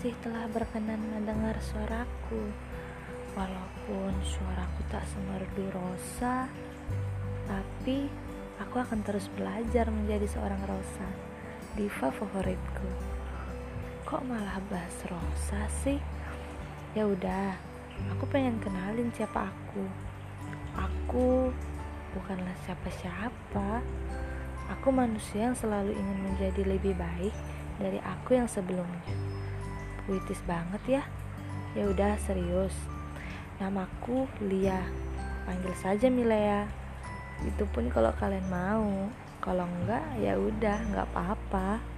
kasih telah berkenan mendengar suaraku. Walaupun suaraku tak semerdu Rosa, tapi aku akan terus belajar menjadi seorang Rosa, diva favoritku. Kok malah bahas Rosa sih? Ya udah, aku pengen kenalin siapa aku. Aku bukanlah siapa-siapa. Aku manusia yang selalu ingin menjadi lebih baik dari aku yang sebelumnya. Puitis banget ya. Ya udah, serius. Namaku Lia. Panggil saja Milea. Itu pun kalau kalian mau. Kalau enggak ya udah, enggak apa-apa.